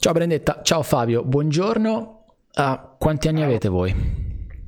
Ciao Benedetta, ciao Fabio, buongiorno. Quanti anni avete voi?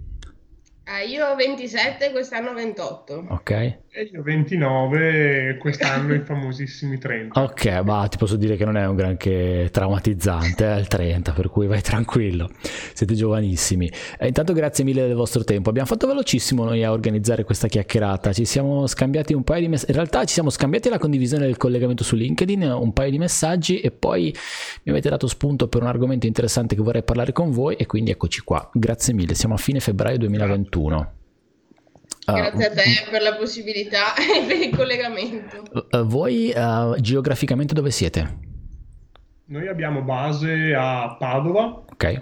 Io ho 27, quest'anno 28. Ok. E io 29, quest'anno i famosissimi 30. Ok, ma ti posso dire che non è un granché traumatizzante, è il 30, per cui vai tranquillo, siete giovanissimi. Intanto grazie mille del vostro tempo, abbiamo fatto velocissimo noi a organizzare questa chiacchierata, ci siamo scambiati un paio di messaggi, in realtà ci siamo scambiati la condivisione del collegamento su LinkedIn, un paio di messaggi e poi mi avete dato spunto per un argomento interessante che vorrei parlare con voi e quindi eccoci qua, grazie mille, siamo a fine febbraio 2021. Grazie a te per la possibilità e per il collegamento. Voi geograficamente dove siete? Noi abbiamo base a Padova Ok.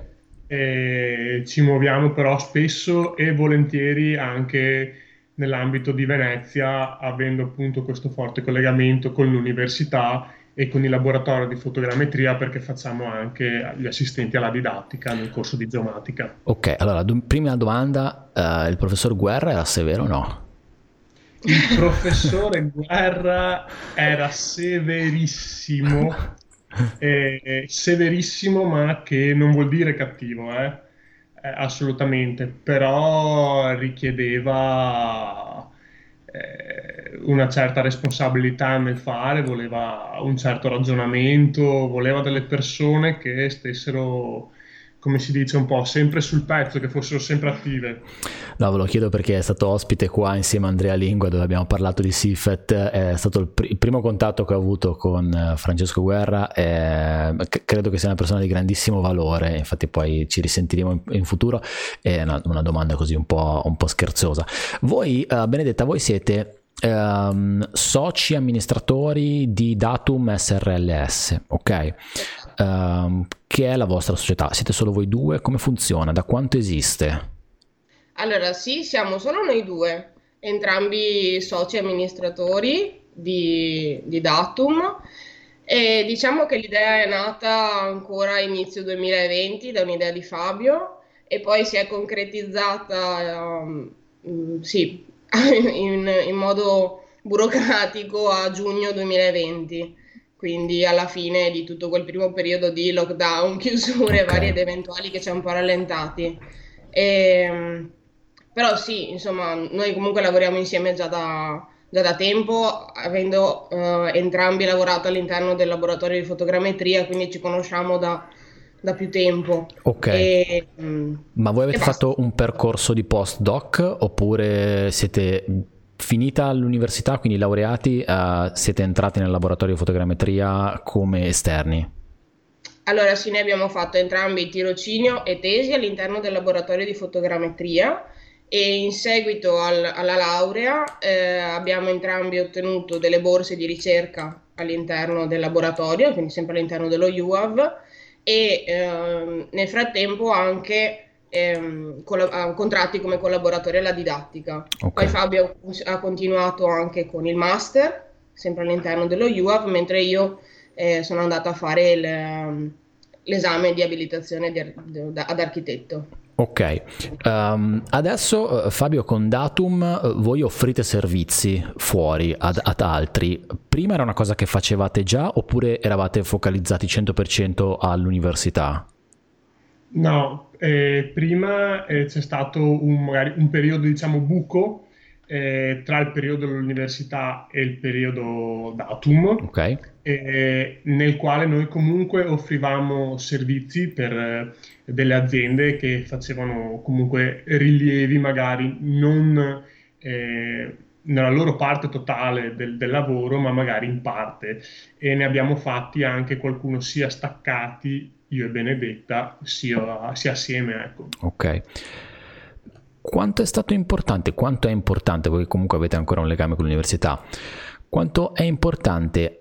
e ci muoviamo però spesso e volentieri anche nell'ambito di Venezia, avendo appunto questo forte collegamento con l'università e con il laboratorio di fotogrammetria, perché facciamo anche gli assistenti alla didattica nel corso di geomatica. Ok, allora, prima domanda, il professor Guerra era severo o no? Il professore Guerra era severissimo, severissimo, ma che non vuol dire cattivo, assolutamente, però richiedeva una certa responsabilità nel fare, voleva un certo ragionamento, voleva delle persone che stessero, come si dice, un po' sempre sul pezzo, che fossero sempre attive. No, ve lo chiedo perché è stato ospite qua insieme a Andrea Lingua dove abbiamo parlato di Cifet, è stato il primo contatto che ho avuto con Francesco Guerra, credo che sia una persona di grandissimo valore, infatti poi ci risentiremo in futuro, è una domanda così un po' scherzosa. Voi, Benedetta, voi siete soci amministratori di Datum SRLS, ok? Che è la vostra società? Siete solo voi due? Come funziona? Da quanto esiste? Allora, sì, siamo solo noi due, entrambi soci amministratori di Datum, e diciamo che l'idea è nata ancora a inizio 2020 da un'idea di Fabio e poi si è concretizzata, sì, in modo burocratico a giugno 2020, quindi alla fine di tutto quel primo periodo di lockdown, chiusure Ok. varie ed eventuali che ci hanno un po' rallentati. E, però sì, insomma, noi comunque lavoriamo insieme già da tempo, avendo entrambi lavorato all'interno del laboratorio di fotogrammetria, quindi ci conosciamo da più tempo. Ok, E, ma voi e avete basta. fatto un percorso di postdoc oppure siete finita l'università, quindi laureati, siete entrati nel laboratorio di fotogrammetria come esterni? Allora, sì, ne abbiamo fatto entrambi tirocinio e tesi all'interno del laboratorio di fotogrammetria e in seguito alla laurea abbiamo entrambi ottenuto delle borse di ricerca all'interno del laboratorio, quindi sempre all'interno dello UAV e nel frattempo anche contratti come collaboratori alla didattica. Ok, Poi Fabio ha continuato anche con il master, sempre all'interno dello UAV, mentre io sono andata a fare l'esame di abilitazione ad architetto. ok. Adesso Fabio con Datum voi offrite servizi fuori ad altri. Prima era una cosa che facevate già oppure eravate focalizzati 100% all'università? No, prima c'è stato magari un periodo, diciamo, buco tra il periodo dell'università e il periodo datum, Ok, nel quale noi comunque offrivamo servizi per delle aziende che facevano comunque rilievi, magari non nella loro parte totale del lavoro, ma magari in parte. E ne abbiamo fatti anche qualcuno sia staccati io e Benedetta, sia assieme, ecco. ok. Quanto è stato importante, quanto è importante, voi comunque avete ancora un legame con l'università, quanto è importante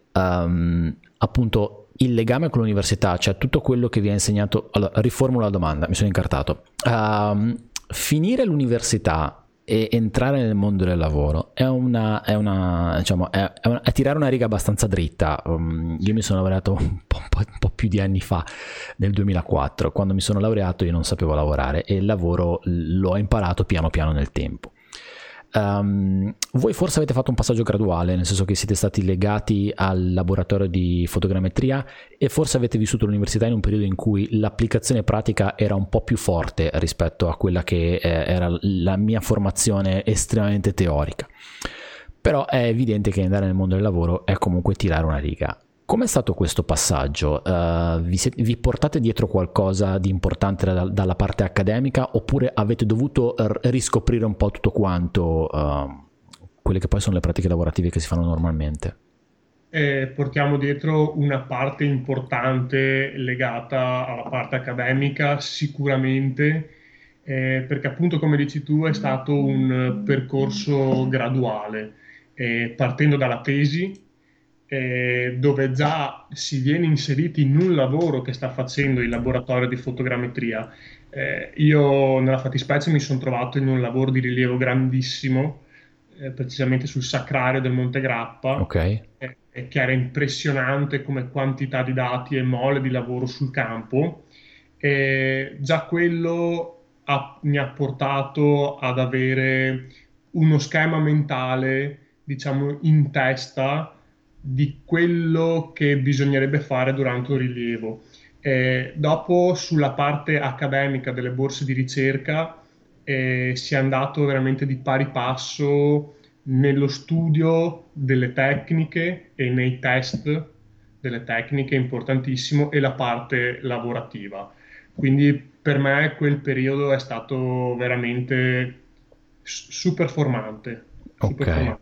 appunto il legame con l'università, cioè tutto quello che vi ha insegnato, allora riformulo la domanda, mi sono incartato, finire l'università e entrare nel mondo del lavoro diciamo, è tirare una riga abbastanza dritta. Io mi sono laureato un po' più di anni fa, nel 2004. Quando mi sono laureato io non sapevo lavorare e il lavoro l'ho imparato piano piano nel tempo. Voi forse avete fatto un passaggio graduale, nel senso che siete stati legati al laboratorio di fotogrammetria e forse avete vissuto l'università in un periodo in cui l'applicazione pratica era un po' più forte rispetto a quella che era la mia formazione estremamente teorica. Però è evidente che andare nel mondo del lavoro è comunque tirare una riga. Com'è stato questo passaggio? Vi portate dietro qualcosa di importante dalla parte accademica oppure avete dovuto riscoprire un po' tutto quanto, quelle che poi sono le pratiche lavorative che si fanno normalmente? Portiamo dietro una parte importante legata alla parte accademica, sicuramente, perché appunto, come dici tu, è stato un percorso graduale, partendo dalla tesi, dove già si viene inseriti in un lavoro che sta facendo il laboratorio di fotogrammetria. Io nella fattispecie mi sono trovato in un lavoro di rilievo grandissimo, precisamente sul Sacrario del Monte Grappa, Ok. che era impressionante come quantità di dati e mole di lavoro sul campo. Già quello mi ha portato ad avere uno schema mentale, diciamo, in testa di quello che bisognerebbe fare durante un rilievo. Dopo, sulla parte accademica delle borse di ricerca, si è andato veramente di pari passo nello studio delle tecniche e nei test delle tecniche, importantissimo, e la parte lavorativa. Quindi per me quel periodo è stato veramente super formante. Super Ok. formante.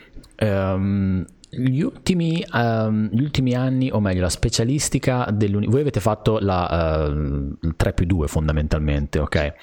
Gli ultimi anni, o meglio la specialistica voi avete fatto la 3+2 fondamentalmente, ok?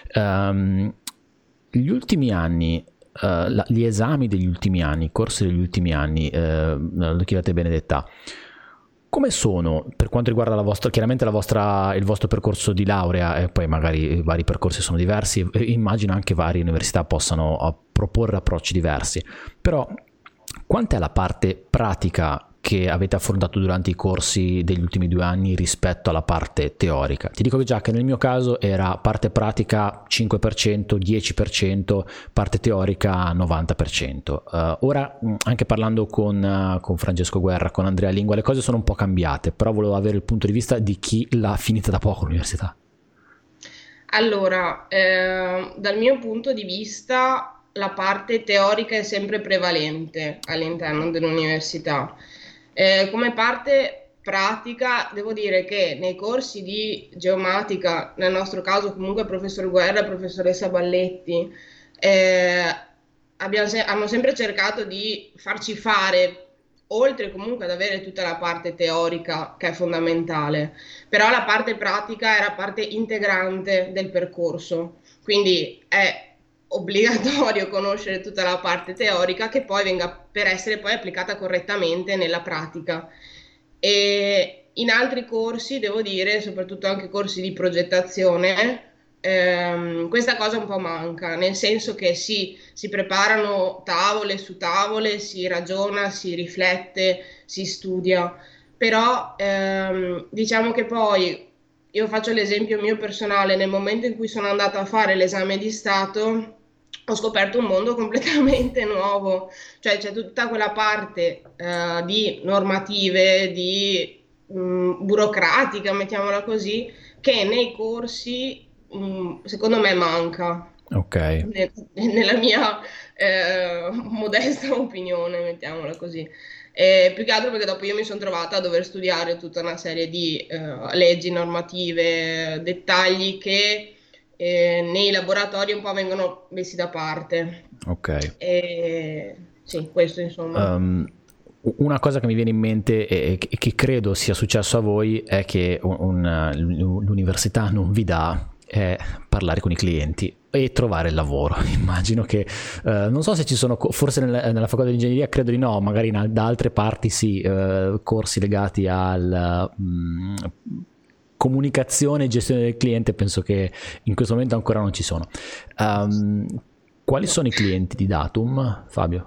Gli ultimi anni, gli esami degli ultimi anni, i corsi degli ultimi anni, lo chiedete Benedetta, come sono per quanto riguarda chiaramente il vostro percorso di laurea, e poi magari i vari percorsi sono diversi, immagino anche varie università possano proporre approcci diversi, però quant'è la parte pratica che avete affrontato durante i corsi degli ultimi 2 anni rispetto alla parte teorica? Ti dico già che nel mio caso era parte pratica 5%, 10%, parte teorica 90%. Ora, anche parlando con Francesco Guerra, con Andrea Lingua, le cose sono un po' cambiate, però volevo avere il punto di vista di chi l'ha finita da poco l'università. Allora, dal mio punto di vista, la parte teorica è sempre prevalente all'interno dell'università. Come parte pratica, devo dire che nei corsi di geomatica, nel nostro caso comunque professor Guerra e professoressa Balletti, eh, hanno sempre cercato di farci fare, oltre comunque ad avere tutta la parte teorica che è fondamentale, però la parte pratica era parte integrante del percorso, quindi è obbligatorio conoscere tutta la parte teorica che poi venga per essere poi applicata correttamente nella pratica. E in altri corsi, devo dire, soprattutto anche corsi di progettazione, questa cosa un po' manca, nel senso che si preparano tavole su tavole, si ragiona, si riflette, si studia, però diciamo che poi io faccio l'esempio mio personale, nel momento in cui sono andata a fare l'esame di Stato ho scoperto un mondo completamente nuovo, cioè c'è tutta quella parte di normative, di burocratica, mettiamola così, che nei corsi secondo me manca. Ok. Nella mia modesta opinione, mettiamola così. Più che altro perché dopo io mi sono trovata a dover studiare tutta una serie di leggi, normative, dettagli che nei laboratori un po' vengono messi da parte. Ok. Sì, questo insomma. Una cosa che mi viene in mente e che credo sia successo a voi è che l'università non vi dà parlare con i clienti e trovare il lavoro. Immagino che non so se ci sono, forse nella facoltà di ingegneria credo di no, magari da altre parti sì, corsi legati al comunicazione e gestione del cliente, penso che in questo momento ancora non ci sono. Quali sono i clienti di Datum, Fabio?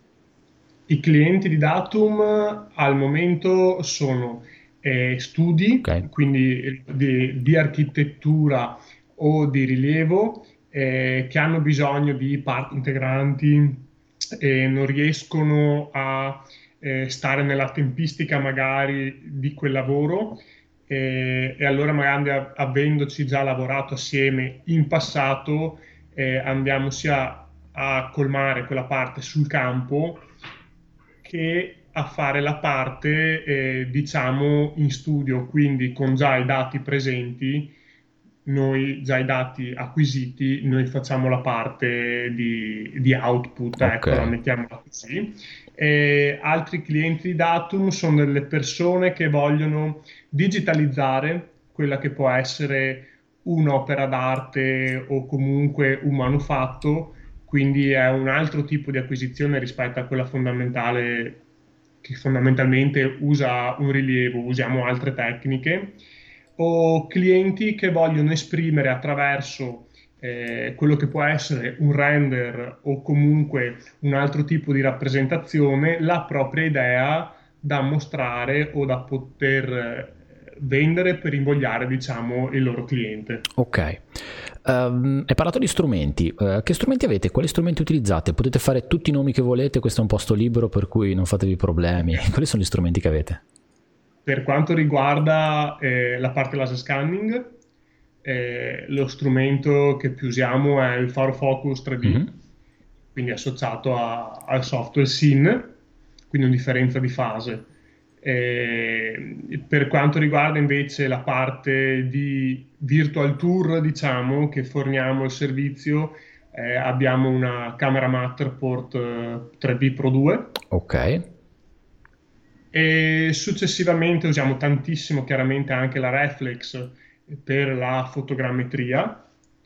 I clienti di Datum al momento sono studi, Okay. quindi di architettura o di rilievo, che hanno bisogno di parti integranti e non riescono a stare nella tempistica magari di quel lavoro, e allora magari avendoci già lavorato assieme in passato, andiamo sia a colmare quella parte sul campo che a fare la parte, diciamo, in studio, quindi con già i dati presenti, noi già i dati acquisiti, noi facciamo la parte di output, ecco, la mettiamola così. Altri clienti di Datum sono delle persone che vogliono digitalizzare quella che può essere un'opera d'arte o comunque un manufatto, quindi è un altro tipo di acquisizione rispetto a quella fondamentale, che fondamentalmente usa un rilievo, usiamo altre tecniche, o clienti che vogliono esprimere attraverso quello che può essere un render o comunque un altro tipo di rappresentazione la propria idea da mostrare o da poter vendere per invogliare, diciamo, il loro cliente. Ok. Hai parlato di strumenti. Che strumenti avete? Quali strumenti utilizzate? Potete fare tutti i nomi che volete, questo è un posto libero per cui non fatevi problemi. Quali sono gli strumenti che avete? Per quanto riguarda la parte laser scanning, lo strumento che più usiamo è il Faro Focus 3D, quindi associato al software SIN, quindi una differenza di fase. Per quanto riguarda invece la parte di virtual tour, diciamo, che forniamo il servizio, abbiamo una camera Matterport 3D Pro 2. Ok. E successivamente usiamo tantissimo chiaramente anche la reflex per la fotogrammetria,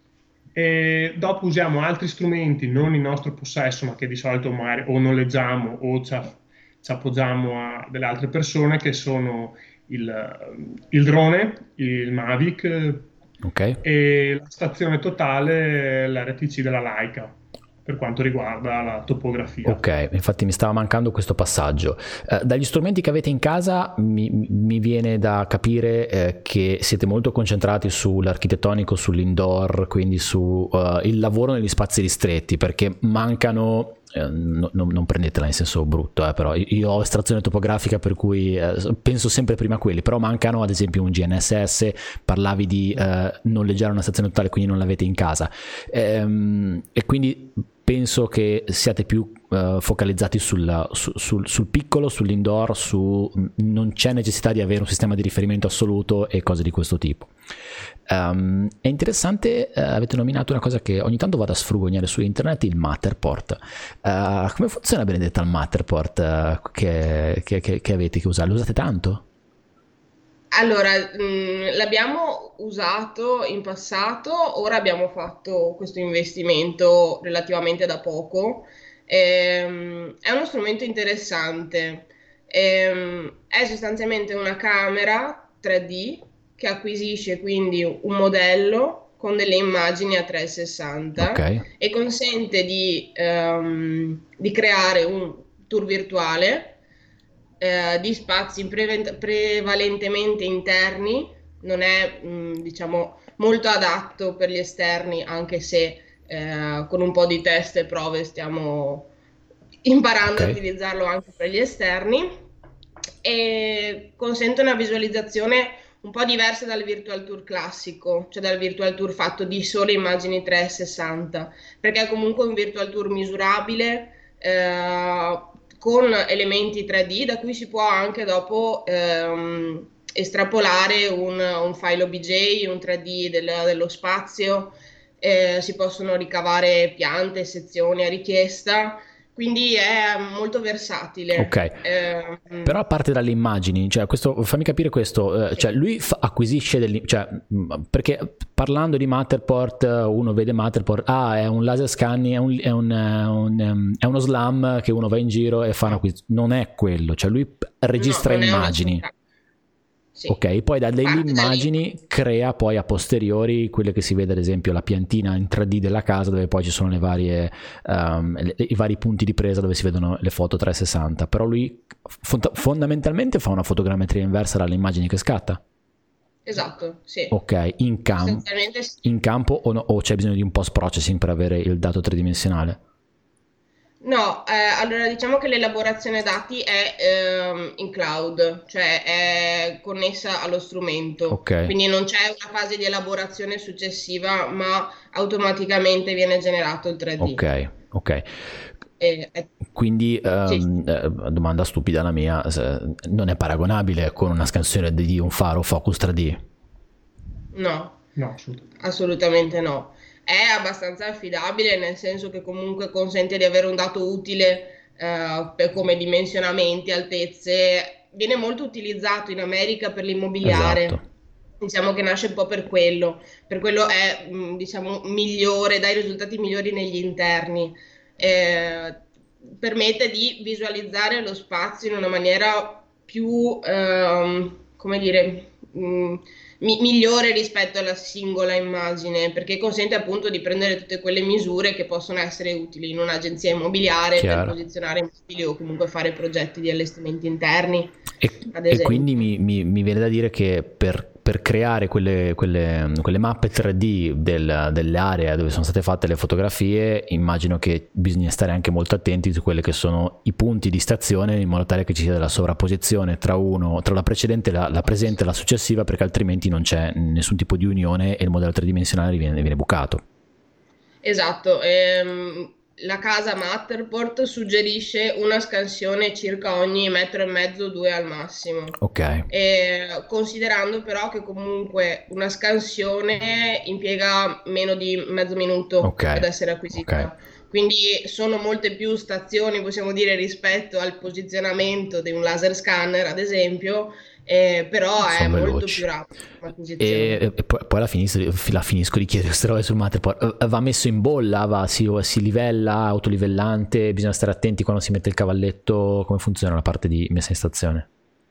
e dopo usiamo altri strumenti non in nostro possesso ma che di solito magari o noleggiamo o ci appoggiamo a delle altre persone, che sono il drone, il Mavic, e la stazione totale, l'RTC della Leica, per quanto riguarda la topografia. Ok, infatti mi stava mancando questo passaggio. Dagli strumenti che avete in casa mi viene da capire che siete molto concentrati sull'architettonico, sull'indoor, quindi su il lavoro negli spazi ristretti, perché mancano... non prendetela in senso brutto, però io ho estrazione topografica, per cui penso sempre prima a quelli, però mancano ad esempio un GNSS. Parlavi di noleggiare una stazione totale, quindi non l'avete in casa, e quindi penso che siate più focalizzati sul piccolo, sull'indoor, non c'è necessità di avere un sistema di riferimento assoluto e cose di questo tipo. È interessante, avete nominato una cosa che ogni tanto vado a sfrugognare su internet, il Matterport. Come funziona, Benedetta, il Matterport che avete, che usate? Lo usate tanto? Allora, l'abbiamo usato in passato, ora abbiamo fatto questo investimento relativamente da poco. È uno strumento interessante. È sostanzialmente una camera 3D che acquisisce quindi un modello con delle immagini a 360 e consente di creare un tour virtuale di spazi prevalentemente interni. Non è diciamo molto adatto per gli esterni, anche se con un po' di test e prove stiamo imparando a utilizzarlo anche per gli esterni, e consente una visualizzazione un po' diversa dal virtual tour classico, cioè dal virtual tour fatto di sole immagini 360, perché è comunque un virtual tour misurabile, con elementi 3D da cui si può anche dopo estrapolare un file OBJ, un 3D dello spazio, si possono ricavare piante, sezioni a richiesta, quindi è molto versatile. Però a parte dalle immagini, cioè questo, fammi capire questo, cioè lui acquisisce perché parlando di Matterport uno vede Matterport, è un laser scanning, è uno SLAM che uno va in giro e fa un acquisto. Non è quello, cioè lui registra immagini. Sì. Ok, poi da delle immagini crea poi a posteriori quelle che si vede, ad esempio la piantina in 3D della casa, dove poi ci sono le varie i vari punti di presa dove si vedono le foto 360, però lui fondamentalmente fa una fotogrammetria inversa dalle immagini che scatta. Esatto, sì. Ok, Sostanzialmente sì. in campo o, o c'è bisogno di un post-processing per avere il dato tridimensionale? No, allora diciamo che l'elaborazione dati è in cloud, cioè è connessa allo strumento, Ok, quindi non c'è una fase di elaborazione successiva, ma automaticamente viene generato il 3D. ok, ok. Eh, eh, Quindi, sì, domanda stupida la mia, non è paragonabile con una scansione di un faro Focus 3D? no, No, assolutamente. assolutamente no. È abbastanza affidabile, nel senso che comunque consente di avere un dato utile come dimensionamenti, altezze. Viene molto utilizzato in America per Esatto, l'immobiliare. Diciamo che nasce un po' per quello è, diciamo, migliore, dà i risultati migliori negli interni. Eh, Permette di visualizzare lo spazio in una maniera più, come dire, migliore rispetto alla singola immagine, perché consente appunto di prendere tutte quelle misure che possono essere utili in un'agenzia immobiliare per chiaro. posizionare immobili o comunque fare progetti di allestimenti interni, ad E quindi esempio. mi viene da dire che per creare quelle mappe 3D delle aree dove sono state fatte le fotografie, immagino che bisogna stare anche molto attenti su quelli che sono i punti di stazione, in modo tale che ci sia della sovrapposizione tra la precedente, la presente e la successiva, perché altrimenti non c'è nessun tipo di unione e il modello tridimensionale viene bucato. Esatto, la casa Matterport suggerisce una scansione circa ogni metro e mezzo, due al massimo. Ok, Considerando però che comunque una scansione impiega meno di mezzo minuto ok, ad essere ok. acquisita. Quindi sono molte più stazioni, possiamo dire, rispetto al posizionamento di un laser scanner, ad esempio, però è Sono molto veloci. più rapida l'acquisizione. E poi la finisco di chiedere queste robe sul Matterport. Va messo in bolla, si livella, autolivellante, bisogna stare attenti quando si mette il cavalletto, come funziona la parte di messa in stazione?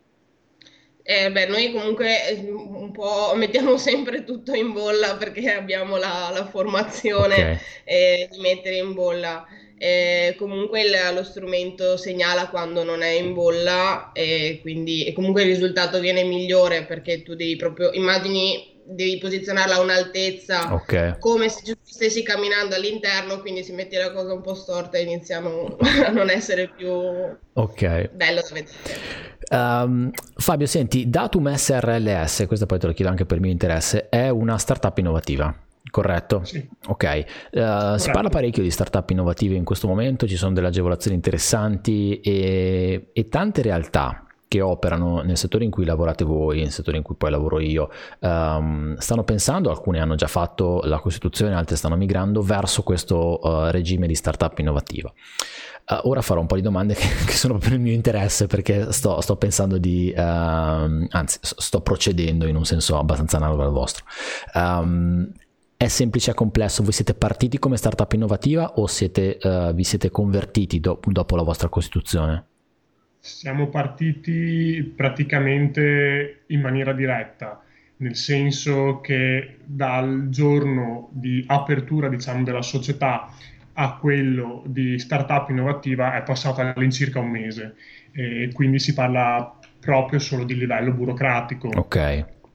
Beh, noi comunque un po' mettiamo sempre tutto in bolla perché abbiamo la Ok, formazione di mettere in bolla. Comunque lo strumento segnala quando non è in bolla e comunque il risultato viene migliore perché tu devi proprio, immagini, devi posizionarla a un'altezza ok, come se tu stessi camminando all'interno, quindi se metti la cosa un po' storta iniziano a non essere più ok. bello da vedere. Fabio, senti, Datum SRLS, questo poi te lo chiedo anche per mio interesse, è una startup innovativa, corretto? Sì, Ok, si parla corretto. parecchio di startup innovative in questo momento, ci sono delle agevolazioni interessanti e tante realtà che operano nel settore in cui lavorate voi, nel settore in cui poi lavoro io, stanno pensando, alcune hanno già fatto la costituzione, altre stanno migrando verso questo regime di startup innovativa. Ora farò un po' di domande che sono proprio nel mio interesse, perché sto pensando anzi sto procedendo in un senso abbastanza analogo al vostro. È semplice e complesso? Voi siete partiti come startup innovativa o vi siete convertiti dopo la vostra costituzione? Siamo partiti praticamente in maniera diretta, nel senso che dal giorno di apertura, diciamo, della società a quello di startup innovativa è passato all'incirca un mese, e quindi si parla proprio solo di livello burocratico. Ok,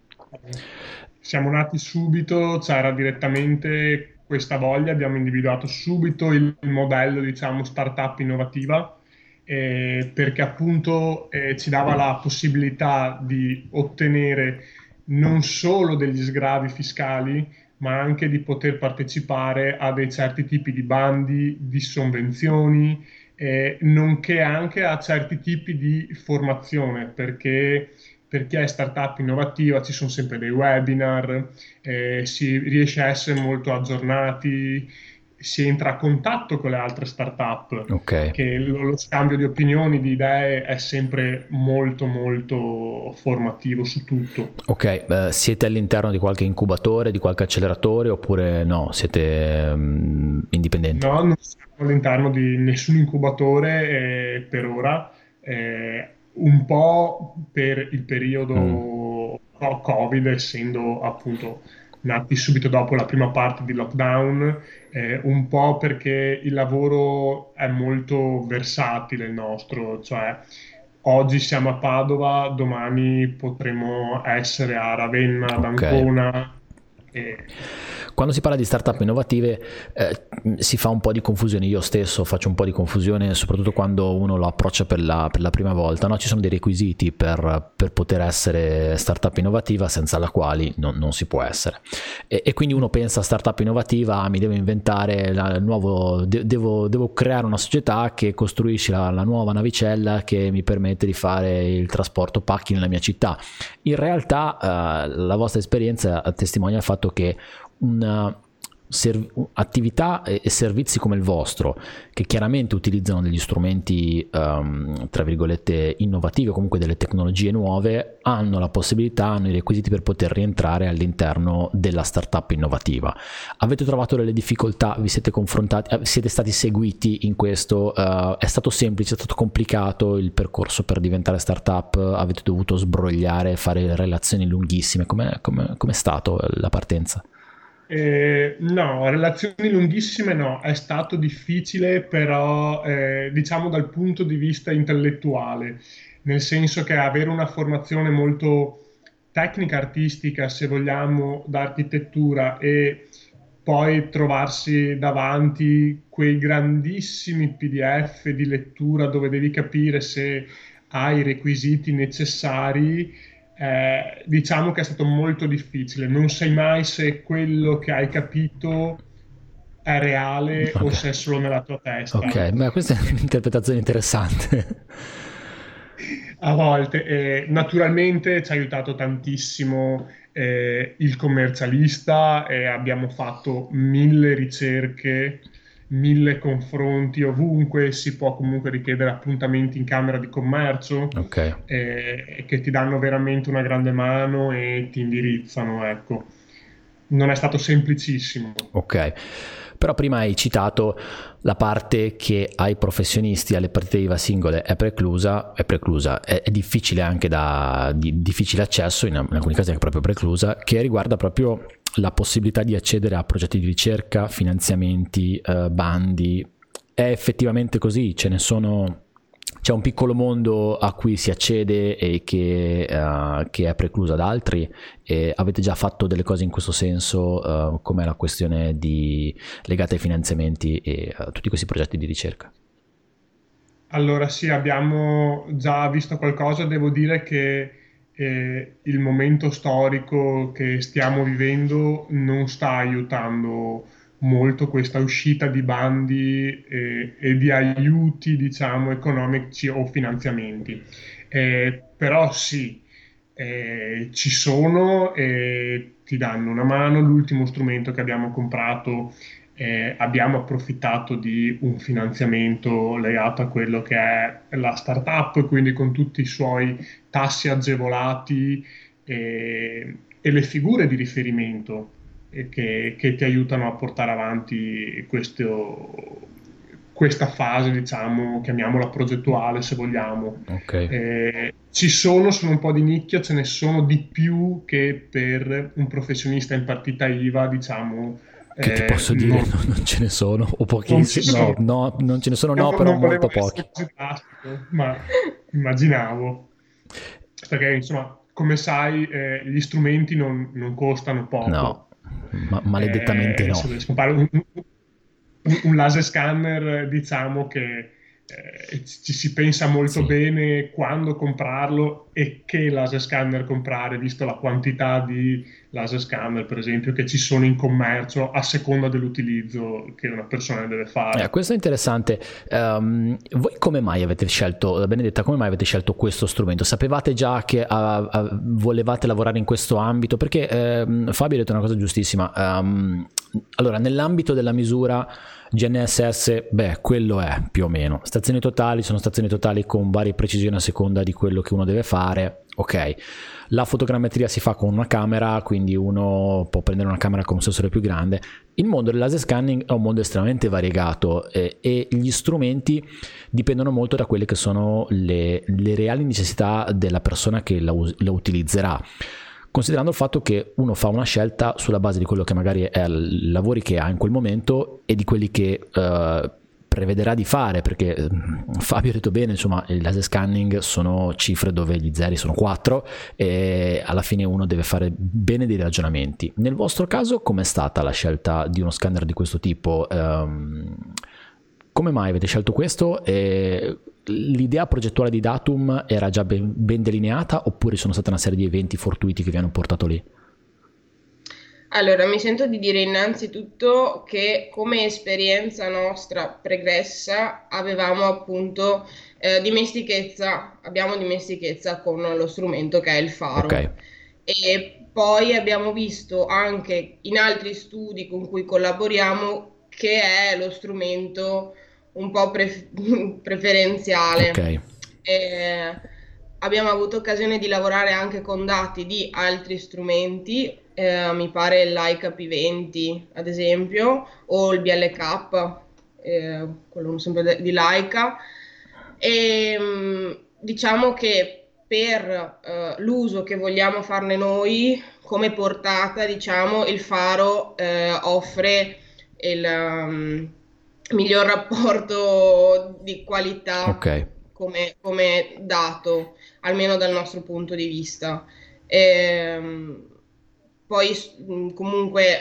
Siamo nati subito, c'era direttamente questa voglia, abbiamo individuato subito il modello, diciamo, startup innovativa, perché appunto ci dava la possibilità di ottenere non solo degli sgravi fiscali, ma anche di poter partecipare a dei certi tipi di bandi, di sovvenzioni, nonché anche a certi tipi di formazione, perché per chi è startup innovativa ci sono sempre dei webinar, si riesce a essere molto aggiornati, si entra a contatto con le altre startup, ok. che lo scambio di opinioni, di idee è sempre molto molto formativo su tutto. Ok, siete all'interno di qualche incubatore, di qualche acceleratore oppure no? Siete indipendenti? No, non siamo all'interno di nessun incubatore per ora, un po' per il Mm, periodo Covid, essendo appunto nati subito dopo la prima parte di lockdown, un po' perché il lavoro è molto versatile il nostro, cioè oggi siamo a Padova, domani potremo essere a Ravenna, ad Ancona. Quando si parla di startup innovative si fa un po' di confusione, io stesso faccio un po' di confusione, soprattutto quando uno lo approccia per la prima volta, no? Ci sono dei requisiti per poter essere startup innovativa senza la quali non si può essere, e quindi uno pensa a startup innovativa, mi devo inventare devo creare una società che costruisce la nuova navicella che mi permette di fare il trasporto pacchi nella mia città. In realtà la vostra esperienza testimonia il fatto che attività e servizi come il vostro, che chiaramente utilizzano degli strumenti tra virgolette innovativi o comunque delle tecnologie nuove, hanno la possibilità, hanno i requisiti per poter rientrare all'interno della startup innovativa. Avete trovato delle difficoltà? Vi siete confrontati? Siete stati seguiti in questo? È stato semplice? È stato complicato il percorso per diventare startup? Avete dovuto sbrogliare, fare relazioni lunghissime? Com'è stato la partenza? No, relazioni lunghissime no, è stato difficile, però diciamo dal punto di vista intellettuale, nel senso che avere una formazione molto tecnica, artistica, se vogliamo, d'architettura, e poi trovarsi davanti quei grandissimi PDF di lettura dove devi capire se hai i requisiti necessari. Diciamo che è stato molto difficile, non sai mai se quello che hai capito è reale o se è solo nella tua testa. Ok, beh, questa è un'interpretazione interessante. A volte, naturalmente ci ha aiutato tantissimo il commercialista, abbiamo fatto 1000 ricerche, 1000 confronti, ovunque si può comunque richiedere appuntamenti in camera di commercio, che ti danno veramente una grande mano e ti indirizzano, ecco. Non è stato semplicissimo. Ok, però prima hai citato la parte che ai professionisti, alle partite IVA singole è preclusa, è difficile anche di difficile accesso, in alcuni casi è proprio preclusa, che riguarda proprio la possibilità di accedere a progetti di ricerca, finanziamenti, bandi. È effettivamente così? C'è un piccolo mondo a cui si accede e che è preclusa da altri, e avete già fatto delle cose in questo senso, come la questione legata ai finanziamenti e a tutti questi progetti di ricerca? Allora sì, abbiamo già visto qualcosa. Devo dire che il momento storico che stiamo vivendo non sta aiutando molto questa uscita di bandi e di aiuti, diciamo, economici o finanziamenti. Però sì, ci sono e ti danno una mano. L'ultimo strumento che abbiamo comprato, abbiamo approfittato di un finanziamento legato a quello che è la startup, quindi con tutti i suoi tassi agevolati e le figure di riferimento che ti aiutano a portare avanti questa fase, diciamo, chiamiamola progettuale se vogliamo. Sono un po' di nicchia, ce ne sono di più che per un professionista in partita IVA, diciamo. Che ti posso dire, non ce ne sono, o pochissimi, no, non ce ne sono, però molto pochi. Ma immaginavo, perché insomma, come sai, gli strumenti non costano poco. No, maledettamente no. Un laser scanner, diciamo che ci si pensa molto bene quando comprarlo e che laser scanner comprare, visto la quantità di laser scanner, per esempio, che ci sono in commercio a seconda dell'utilizzo che una persona deve fare. Questo è interessante. Voi come mai avete scelto, Benedetta, come mai avete scelto questo strumento? Sapevate già che volevate lavorare in questo ambito? Perché Fabio ha detto una cosa giustissima. Allora, nell'ambito della misura GNSS, quello è più o meno. Stazioni totali sono stazioni totali con varie precisioni a seconda di quello che uno deve fare. Ok, la fotogrammetria si fa con una camera, quindi uno può prendere una camera con un sensore più grande. Il mondo del laser scanning è un mondo estremamente variegato e gli strumenti dipendono molto da quelle che sono le reali necessità della persona che la utilizzerà, considerando il fatto che uno fa una scelta sulla base di quello che magari è i lavori che ha in quel momento e di quelli che prevederà di fare, perché Fabio ha detto bene, insomma il laser scanning sono cifre dove gli zeri sono 4 e alla fine uno deve fare bene dei ragionamenti. Nel vostro caso com'è stata la scelta di uno scanner di questo tipo? Come mai avete scelto questo? L'idea progettuale di Datum era già ben delineata, oppure sono state una serie di eventi fortuiti che vi hanno portato lì? Allora, mi sento di dire innanzitutto che come esperienza nostra pregressa avevamo appunto abbiamo dimestichezza con lo strumento che è il faro. Ok. E poi abbiamo visto anche in altri studi con cui collaboriamo che è lo strumento un po' preferenziale. Ok. Abbiamo avuto occasione di lavorare anche con dati di altri strumenti, mi pare il Leica P20 ad esempio, o il BLK, quello sempre di Leica, e diciamo che per l'uso che vogliamo farne noi, come portata, diciamo, il faro offre il miglior rapporto di qualità Ok. come dato, almeno dal nostro punto di vista. Poi comunque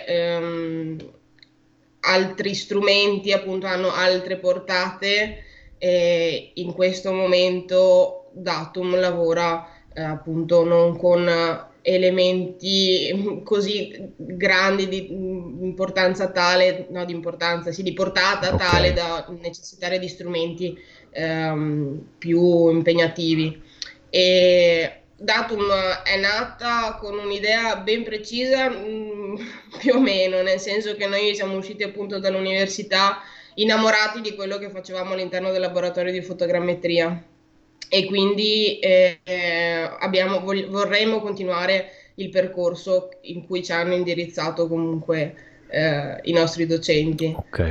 altri strumenti appunto hanno altre portate e in questo momento Datum lavora appunto non con elementi così grandi di importanza tale, no, di importanza, sì, di portata Ok. tale da necessitare di strumenti più impegnativi. E Datum è nata con un'idea ben precisa, più o meno, nel senso che noi siamo usciti appunto dall'università innamorati di quello che facevamo all'interno del laboratorio di fotogrammetria e quindi vorremmo continuare il percorso in cui ci hanno indirizzato comunque i nostri docenti. Ok.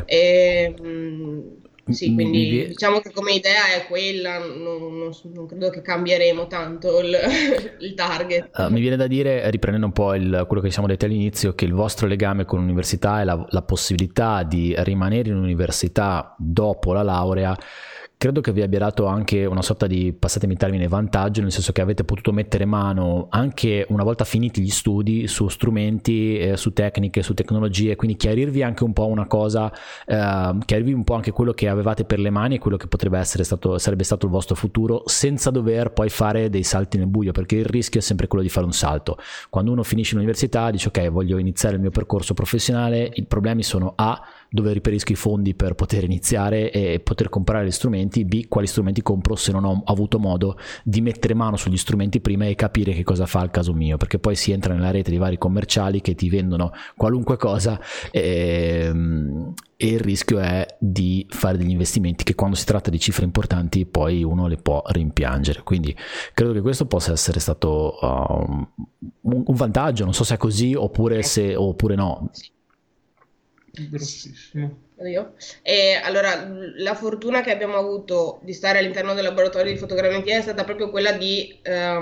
Sì, quindi diciamo che come idea è quella, non credo che cambieremo tanto il target. Mi viene da dire, riprendendo un po' quello che siamo detti all'inizio, che il vostro legame con l'università è la possibilità di rimanere in università dopo la laurea. Credo che vi abbia dato anche una sorta di, passatemi il termine, vantaggio, nel senso che avete potuto mettere mano anche una volta finiti gli studi su strumenti, su tecniche, su tecnologie, quindi chiarirvi anche un po' una cosa, chiarirvi un po' anche quello che avevate per le mani e quello che sarebbe stato il vostro futuro, senza dover poi fare dei salti nel buio, perché il rischio è sempre quello di fare un salto. Quando uno finisce l'università dice ok, voglio iniziare il mio percorso professionale, i problemi sono A, dove reperisco i fondi per poter iniziare e poter comprare gli strumenti, B, quali strumenti compro se non ho avuto modo di mettere mano sugli strumenti prima e capire che cosa fa al caso mio, perché poi si entra nella rete di vari commerciali che ti vendono qualunque cosa e il rischio è di fare degli investimenti che quando si tratta di cifre importanti poi uno le può rimpiangere. Quindi credo che questo possa essere stato un vantaggio, non so se è così oppure no. Grossissimo. E allora la fortuna che abbiamo avuto di stare all'interno del laboratorio di fotogrammetria è stata proprio quella di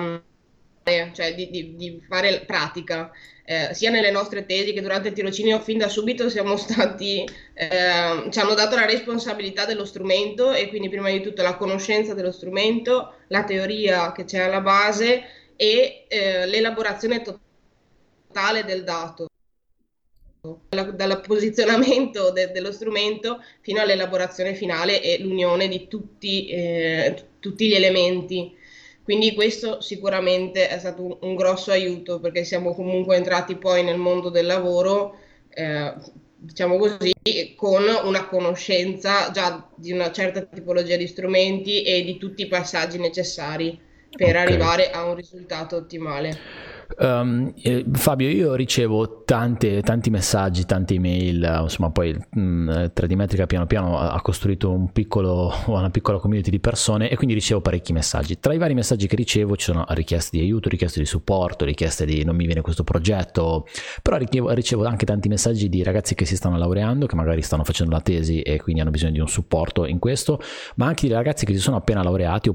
fare pratica, sia nelle nostre tesi che durante il tirocinio. Fin da subito siamo stati ci hanno dato la responsabilità dello strumento e quindi prima di tutto la conoscenza dello strumento, la teoria che c'è alla base e l'elaborazione totale del dato, dal posizionamento dello strumento fino all'elaborazione finale e l'unione di tutti gli elementi. Quindi questo sicuramente è stato un grosso aiuto, perché siamo comunque entrati poi nel mondo del lavoro, diciamo così, con una conoscenza già di una certa tipologia di strumenti e di tutti i passaggi necessari per arrivare a un risultato ottimale. Fabio, io ricevo tanti messaggi, tante email, insomma poi 3D Metrica piano piano ha costruito una piccola community di persone e quindi ricevo parecchi messaggi. Tra i vari messaggi che ricevo ci sono richieste di aiuto, richieste di supporto, richieste di non mi viene questo progetto, però ricevo anche tanti messaggi di ragazzi che si stanno laureando, che magari stanno facendo la tesi e quindi hanno bisogno di un supporto in questo, ma anche di ragazzi che si sono appena laureati oppure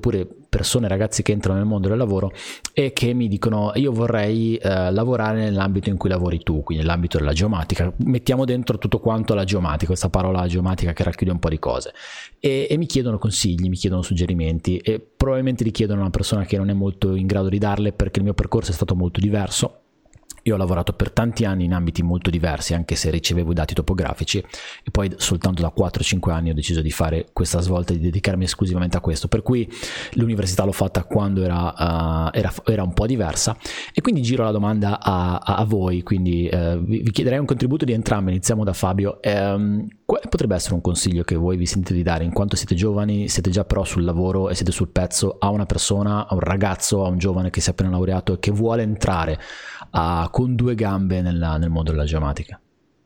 persone, ragazzi che entrano nel mondo del lavoro e che mi dicono io vorrei lavorare nell'ambito in cui lavori tu, quindi nell'ambito della geomatica, mettiamo dentro tutto quanto la geomatica, questa parola geomatica che racchiude un po' di cose, e mi chiedono consigli, mi chiedono suggerimenti, e probabilmente li chiedono a una persona che non è molto in grado di darle, perché il mio percorso è stato molto diverso. Io ho lavorato per tanti anni in ambiti molto diversi, anche se ricevevo i dati topografici, e poi soltanto da 4-5 anni ho deciso di fare questa svolta, di dedicarmi esclusivamente a questo, per cui l'università l'ho fatta quando era un po' diversa. E quindi giro la domanda a voi, quindi vi chiederei un contributo di entrambi. Iniziamo da Fabio. Quale potrebbe essere un consiglio che voi vi sentite di dare, in quanto siete giovani, siete già però sul lavoro e siete sul pezzo, a una persona, a un ragazzo, a un giovane che si è appena laureato e che vuole entrare con due gambe nel mondo della geomatica?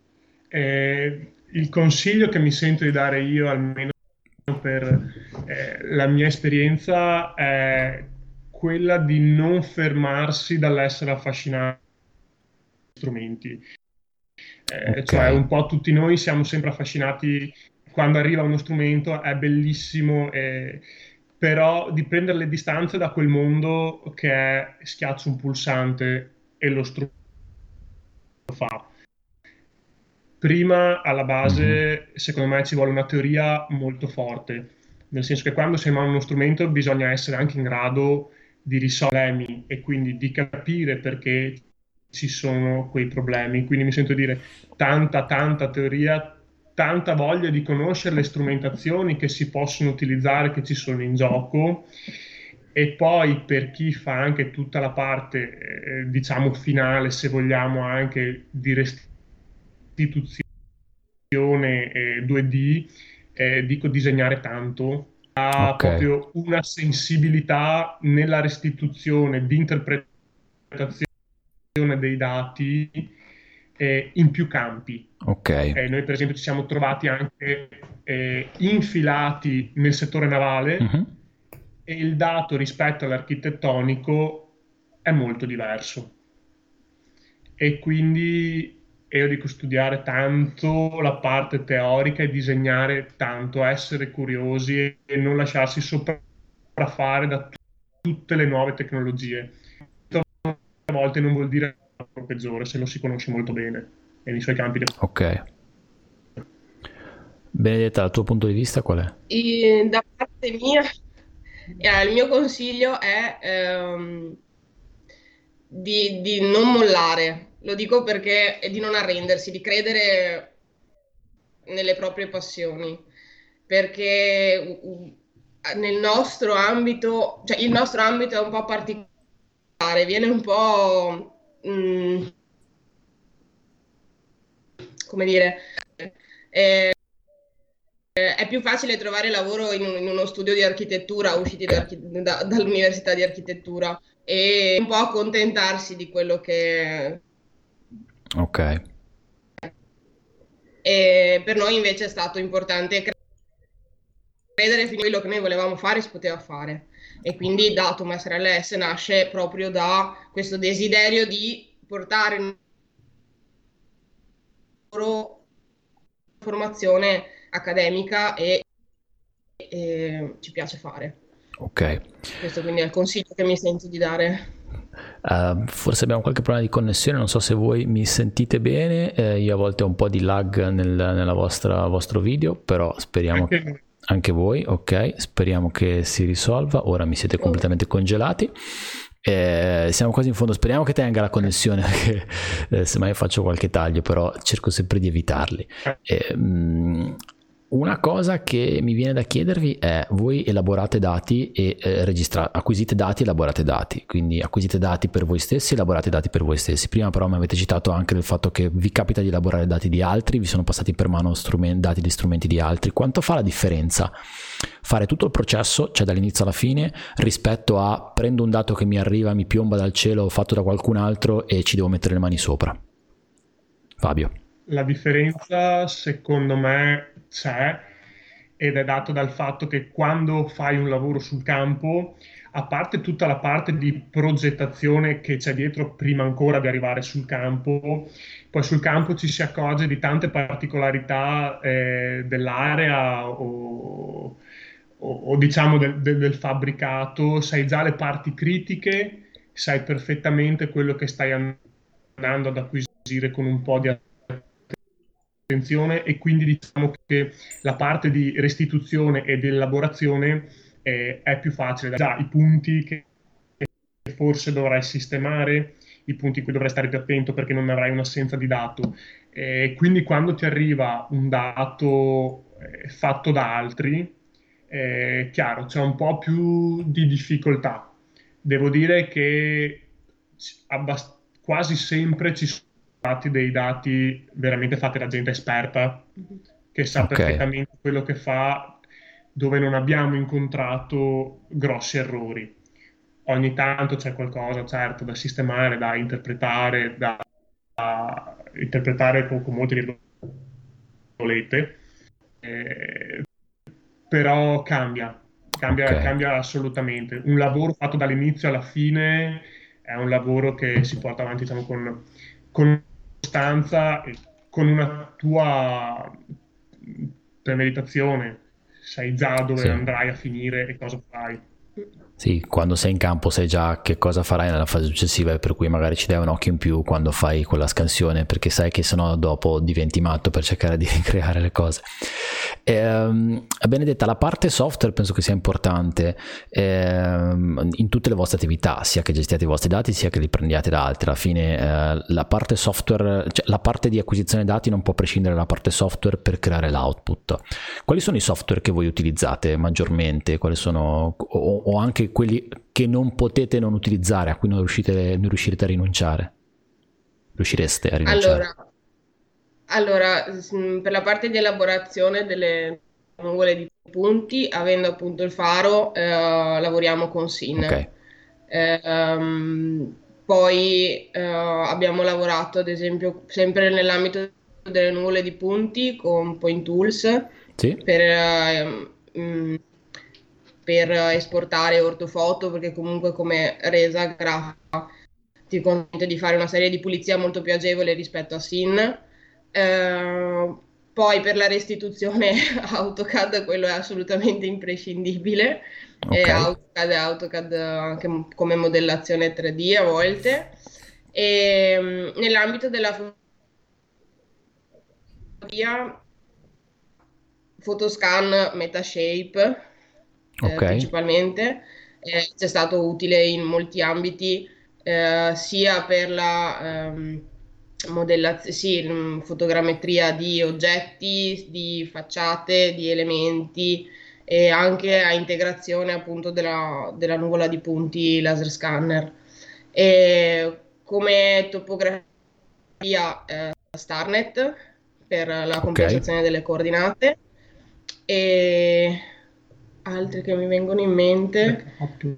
Il consiglio che mi sento di dare io, almeno per la mia esperienza, è quella di non fermarsi dall'essere affascinati dagli strumenti. Okay. Cioè, un po' tutti noi siamo sempre affascinati quando arriva uno strumento, è bellissimo, però di prendere le distanze da quel mondo che è schiaccio un pulsante e lo strumento fa. Prima, alla base, secondo me ci vuole una teoria molto forte, nel senso che quando si ha in mano uno strumento bisogna essere anche in grado di risolvere problemi e quindi di capire perché ci sono quei problemi. Quindi mi sento dire tanta teoria, tanta voglia di conoscere le strumentazioni che si possono utilizzare, che ci sono in gioco. E poi per chi fa anche tutta la parte, diciamo, finale, se vogliamo, anche di restituzione 2D, dico disegnare tanto, ha proprio una sensibilità nella restituzione, di interpretazione dei dati in più campi. Noi per esempio ci siamo trovati anche infilati nel settore navale, e il dato rispetto all'architettonico è molto diverso, e quindi io dico studiare tanto la parte teorica e disegnare tanto, essere curiosi e non lasciarsi sopraffare da tutte le nuove tecnologie. A volte non vuol dire peggiore se lo si conosce molto bene e nei suoi campi. Ok. Benedetta, dal tuo punto di vista qual è? Da parte mia, il mio consiglio è di non mollare. Lo dico perché è di non arrendersi, di credere nelle proprie passioni, perché nel nostro ambito, cioè il nostro ambito è un po' particolare, viene un po' come dire, è più facile trovare lavoro in uno studio di architettura, usciti dall'università di architettura, e un po' accontentarsi di quello che... Ok. E per noi invece è stato importante credere fino a quello che noi volevamo fare si poteva fare, e quindi Datum SRLS nasce proprio da questo desiderio di portare in loro formazione accademica e ci piace fare. Ok. Questo quindi è il consiglio che mi sento di dare. Forse abbiamo qualche problema di connessione, non so se voi mi sentite bene, io a volte ho un po' di lag nella vostro video, però speriamo che anche voi, ok, speriamo che si risolva. Ora mi siete completamente congelati. Siamo quasi in fondo, speriamo che tenga la connessione, perché semmai faccio qualche taglio, però cerco sempre di evitarli. Una cosa che mi viene da chiedervi è: voi elaborate dati e acquisite dati e elaborate dati, quindi acquisite dati per voi stessi, elaborate dati per voi stessi. Prima però mi avete citato anche del fatto che vi capita di elaborare dati di altri, vi sono passati per mano dati di strumenti di altri. Quanto fa la differenza fare tutto il processo, cioè dall'inizio alla fine, rispetto a prendo un dato che mi arriva, mi piomba dal cielo, fatto da qualcun altro e ci devo mettere le mani sopra? Fabio. La differenza secondo me c'è, ed è dato dal fatto che quando fai un lavoro sul campo, a parte tutta la parte di progettazione che c'è dietro prima ancora di arrivare sul campo, poi sul campo ci si accorge di tante particolarità dell'area o o diciamo del fabbricato, sai già le parti critiche, sai perfettamente quello che stai andando ad acquisire con un po' di attenzione, e quindi diciamo che la parte di restituzione e di elaborazione è più facile. Già i punti che forse dovrai sistemare, i punti in cui dovrai stare più attento perché non avrai un'assenza di dato. Quindi quando ti arriva un dato fatto da altri, chiaro, c'è un po' più di difficoltà. Devo dire che quasi sempre ci sono stati dei dati veramente fatti da gente esperta che sa Ok. perfettamente quello che fa, dove non abbiamo incontrato grossi errori. Ogni tanto c'è qualcosa, certo, da sistemare, da interpretare, da interpretare con molte virgolette, eh, però Ok. cambia assolutamente. Un lavoro fatto dall'inizio alla fine è un lavoro che si porta avanti, diciamo, con costanza e con una tua premeditazione. Sai già dove Sì. andrai a finire e cosa fai. Sì, quando sei in campo sai già che cosa farai nella fase successiva, e per cui magari ci dai un occhio in più quando fai quella scansione, perché sai che sennò dopo diventi matto per cercare di ricreare le cose. Benedetta, la parte software penso che sia importante in tutte le vostre attività, sia che gestiate i vostri dati sia che li prendiate da altri. Alla fine la parte software, cioè la parte di acquisizione dati non può prescindere dalla parte software per creare l'output. Quali sono i software che voi utilizzate maggiormente? Quali sono, o anche quelli che non potete non utilizzare, a cui non riuscirete a rinunciare? Riuscireste a rinunciare? Allora, per la parte di elaborazione delle nuvole di punti, avendo appunto il faro, lavoriamo con Ok, SIN. Poi abbiamo lavorato, ad esempio, sempre nell'ambito delle nuvole di punti con Point Tools sì, per, per esportare ortofoto, perché comunque come resa grafica ti consente di fare una serie di pulizia molto più agevole rispetto a SIN. Poi per la restituzione AutoCAD quello è assolutamente imprescindibile. ok, AutoCAD è AutoCAD anche come modellazione 3D a volte. E nell'ambito della fotografia, Photoscan, Metashape ok, principalmente, ci è stato utile in molti ambiti, sia per la sì, fotogrammetria di oggetti, di facciate, di elementi, e anche a integrazione appunto della nuvola di punti laser scanner. E come topografia Starnet per la ok. compensazione delle coordinate, e altri che mi vengono in mente. Backup.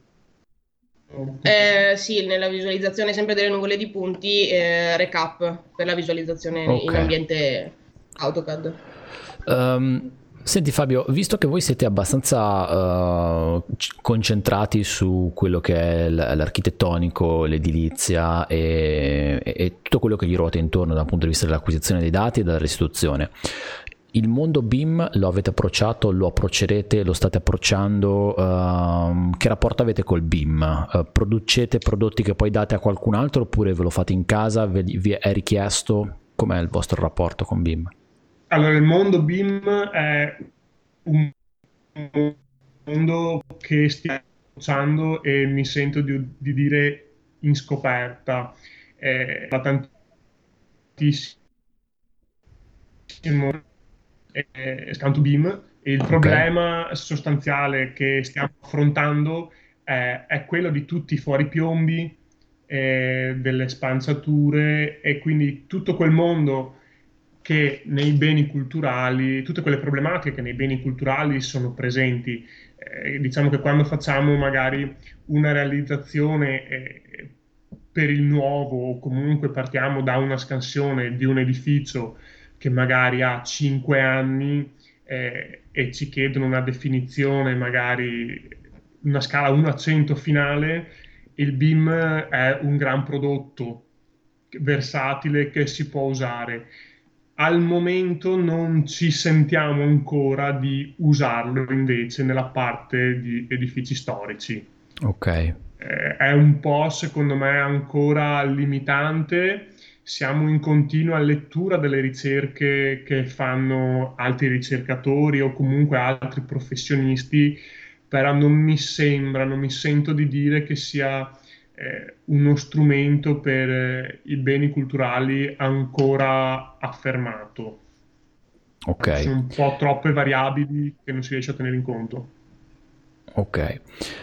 Sì, nella visualizzazione sempre delle nuvole di punti, Recap per la visualizzazione Ok. in ambiente AutoCAD. Senti Fabio, visto che voi siete abbastanza concentrati su quello che è l'architettonico, l'edilizia e tutto quello che gli ruota intorno dal punto di vista dell'acquisizione dei dati e della restituzione, il mondo BIM lo avete approcciato, lo approccerete, lo state approcciando? Che rapporto avete col BIM? Producete prodotti che poi date a qualcun altro oppure ve lo fate in casa? Vi è richiesto? Com'è il vostro rapporto con BIM? Allora, il mondo BIM è un mondo che stiamo usando e mi sento di dire in scoperta. Va tantissimo Scan to BIM, e il Ok, problema sostanziale che stiamo affrontando è quello di tutti i fuoripiombi, delle spanciature, e quindi tutto quel mondo che nei beni culturali, tutte quelle problematiche che nei beni culturali sono presenti. Diciamo che quando facciamo magari una realizzazione per il nuovo, o comunque partiamo da una scansione di un edificio che magari ha 5 anni, e ci chiedono una definizione, magari una scala 1 a 100 finale, il BIM è un gran prodotto versatile che si può usare. al momento non ci sentiamo ancora di usarlo invece nella parte di edifici storici. Ok. È un po', secondo me, ancora limitante. Siamo in continua lettura delle ricerche che fanno altri ricercatori o comunque altri professionisti, però non mi sembra, non mi sento di dire che sia uno strumento per i beni culturali ancora affermato. Ok. Sono un po' troppe variabili che non si riesce a tenere in conto. Ok.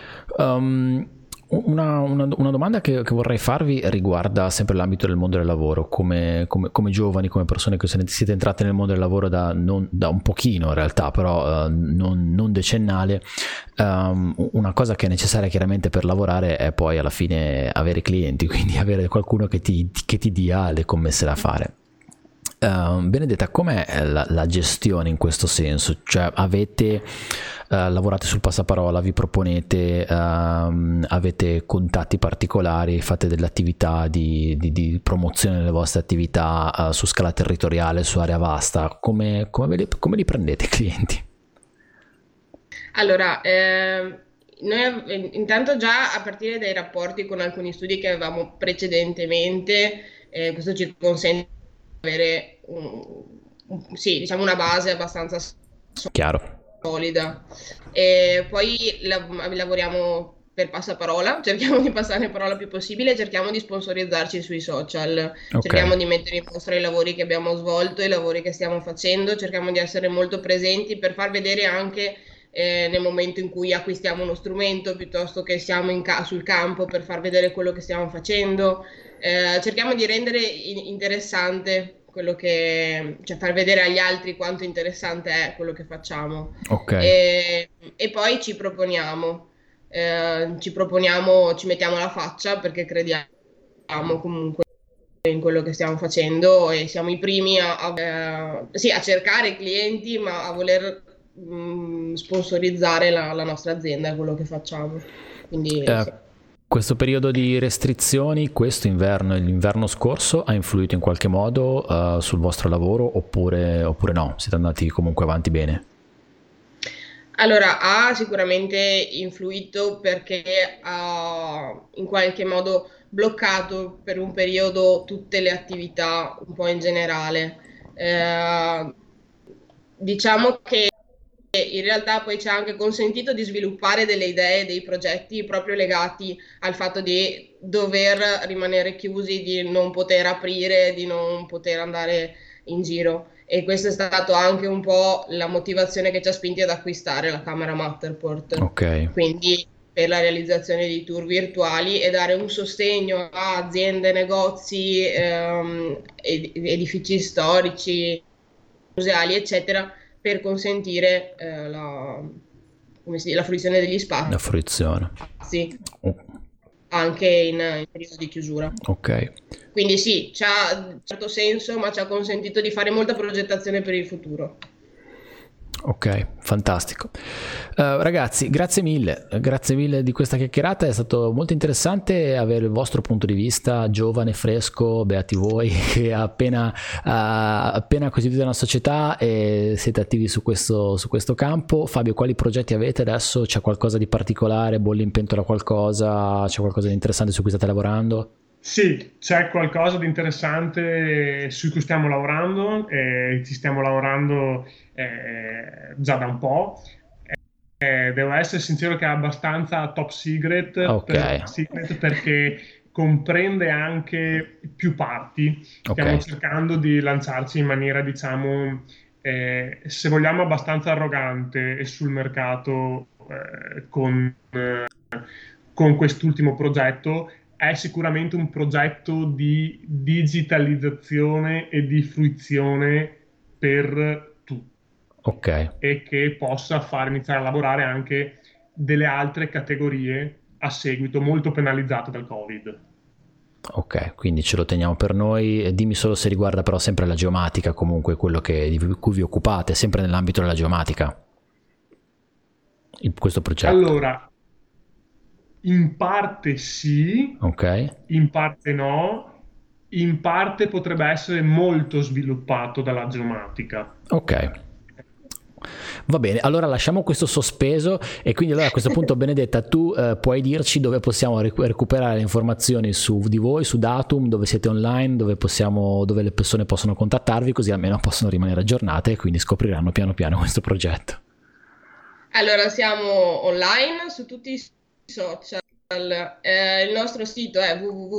Una domanda che vorrei farvi riguarda sempre l'ambito del mondo del lavoro, come giovani, come persone che siete entrate nel mondo del lavoro da un pochino in realtà, però non decennale. Una cosa che è necessaria chiaramente per lavorare è poi alla fine avere clienti, quindi avere qualcuno che ti dia le commesse da fare. Benedetta, com'è la gestione in questo senso? Cioè lavorate sul passaparola, vi proponete, avete contatti particolari, fate delle attività di promozione delle vostre attività su scala territoriale, su area vasta? Come li prendete i clienti? Allora, noi intanto già a partire dai rapporti con alcuni studi che avevamo precedentemente, questo ci consente di avere sì, diciamo una base abbastanza Chiaro. solida. E poi lavoriamo per passaparola, cerchiamo di passare parola il più possibile, cerchiamo di sponsorizzarci sui social, Ok. cerchiamo di mettere in mostra i lavori che abbiamo svolto, i lavori che stiamo facendo, cerchiamo di essere molto presenti per far vedere anche nel momento in cui acquistiamo uno strumento, piuttosto che siamo sul campo per far vedere quello che stiamo facendo. Cerchiamo di rendere interessante quello cioè far vedere agli altri quanto interessante è quello che facciamo. Ok. E poi ci mettiamo la faccia perché crediamo comunque in quello che stiamo facendo e siamo i primi sì, a cercare clienti, ma a voler sponsorizzare la nostra azienda, quello che facciamo. Quindi sì. Questo periodo di restrizioni, questo inverno e l'inverno scorso, ha influito in qualche modo sul vostro lavoro oppure no? Siete andati comunque avanti bene? Allora, ha sicuramente influito perché ha in qualche modo bloccato per un periodo tutte le attività un po' in generale. Diciamo che in realtà poi ci ha anche consentito di sviluppare delle idee, dei progetti proprio legati al fatto di dover rimanere chiusi, di non poter aprire, di non poter andare in giro. E questa è stato anche un po' la motivazione che ci ha spinti ad acquistare la camera Matterport. Ok. Quindi per la realizzazione di tour virtuali e dare un sostegno a aziende, negozi, edifici storici, museali, eccetera, per consentire la fruizione degli La spazi fruizione. Oh, anche in periodo di chiusura. ok. Quindi sì, c'ha un certo senso, ma ci ha consentito di fare molta progettazione per il futuro. Ok, fantastico. Ragazzi, grazie mille di questa chiacchierata, è stato molto interessante avere il vostro punto di vista giovane, fresco, beati voi che appena costituite una società e siete attivi su questo campo. Fabio, quali progetti avete adesso? C'è qualcosa di particolare, bolle in pentola qualcosa, c'è qualcosa di interessante su cui state lavorando? Sì, c'è qualcosa di interessante su cui stiamo lavorando, ci stiamo lavorando già da un po'. Devo essere sincero che è abbastanza top secret, Ok. perché comprende anche più parti. Stiamo Ok. cercando di lanciarci in maniera, diciamo, se vogliamo, abbastanza arrogante e sul mercato con quest'ultimo progetto. È sicuramente un progetto di digitalizzazione e di fruizione per tutti Ok. e che possa far iniziare a lavorare anche delle altre categorie a seguito molto penalizzate dal Covid. Ok, quindi ce lo teniamo per noi. Dimmi solo se riguarda però sempre la geomatica, comunque quello di cui vi occupate, sempre nell'ambito della geomatica, questo progetto. Allora, in parte sì, Ok. in parte no. in parte potrebbe essere molto sviluppato dalla geomatica. Ok. Va bene, allora lasciamo questo sospeso e quindi allora a questo punto Benedetta tu puoi dirci dove possiamo recuperare le informazioni di voi, su Datum, dove siete online, dove le persone possono contattarvi, così almeno possono rimanere aggiornate e quindi scopriranno piano piano questo progetto. Allora siamo online su tutti i social. Il nostro sito è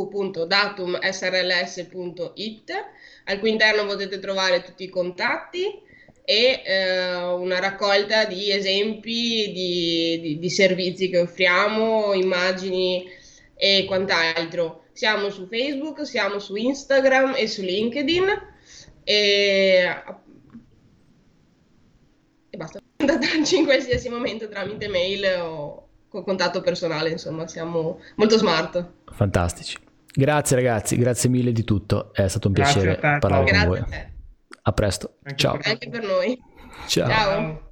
www.datumsrls.it, al cui interno potete trovare tutti i contatti e una raccolta di esempi di servizi che offriamo, immagini e quant'altro. Siamo su Facebook, siamo su Instagram e su LinkedIn e basta. Contattarci in qualsiasi momento tramite mail o col contatto personale, insomma, siamo molto smart. Fantastici. Grazie ragazzi, grazie mille di tutto, è stato un piacere parlare con voi. A presto. Ciao. Anche per noi. Ciao.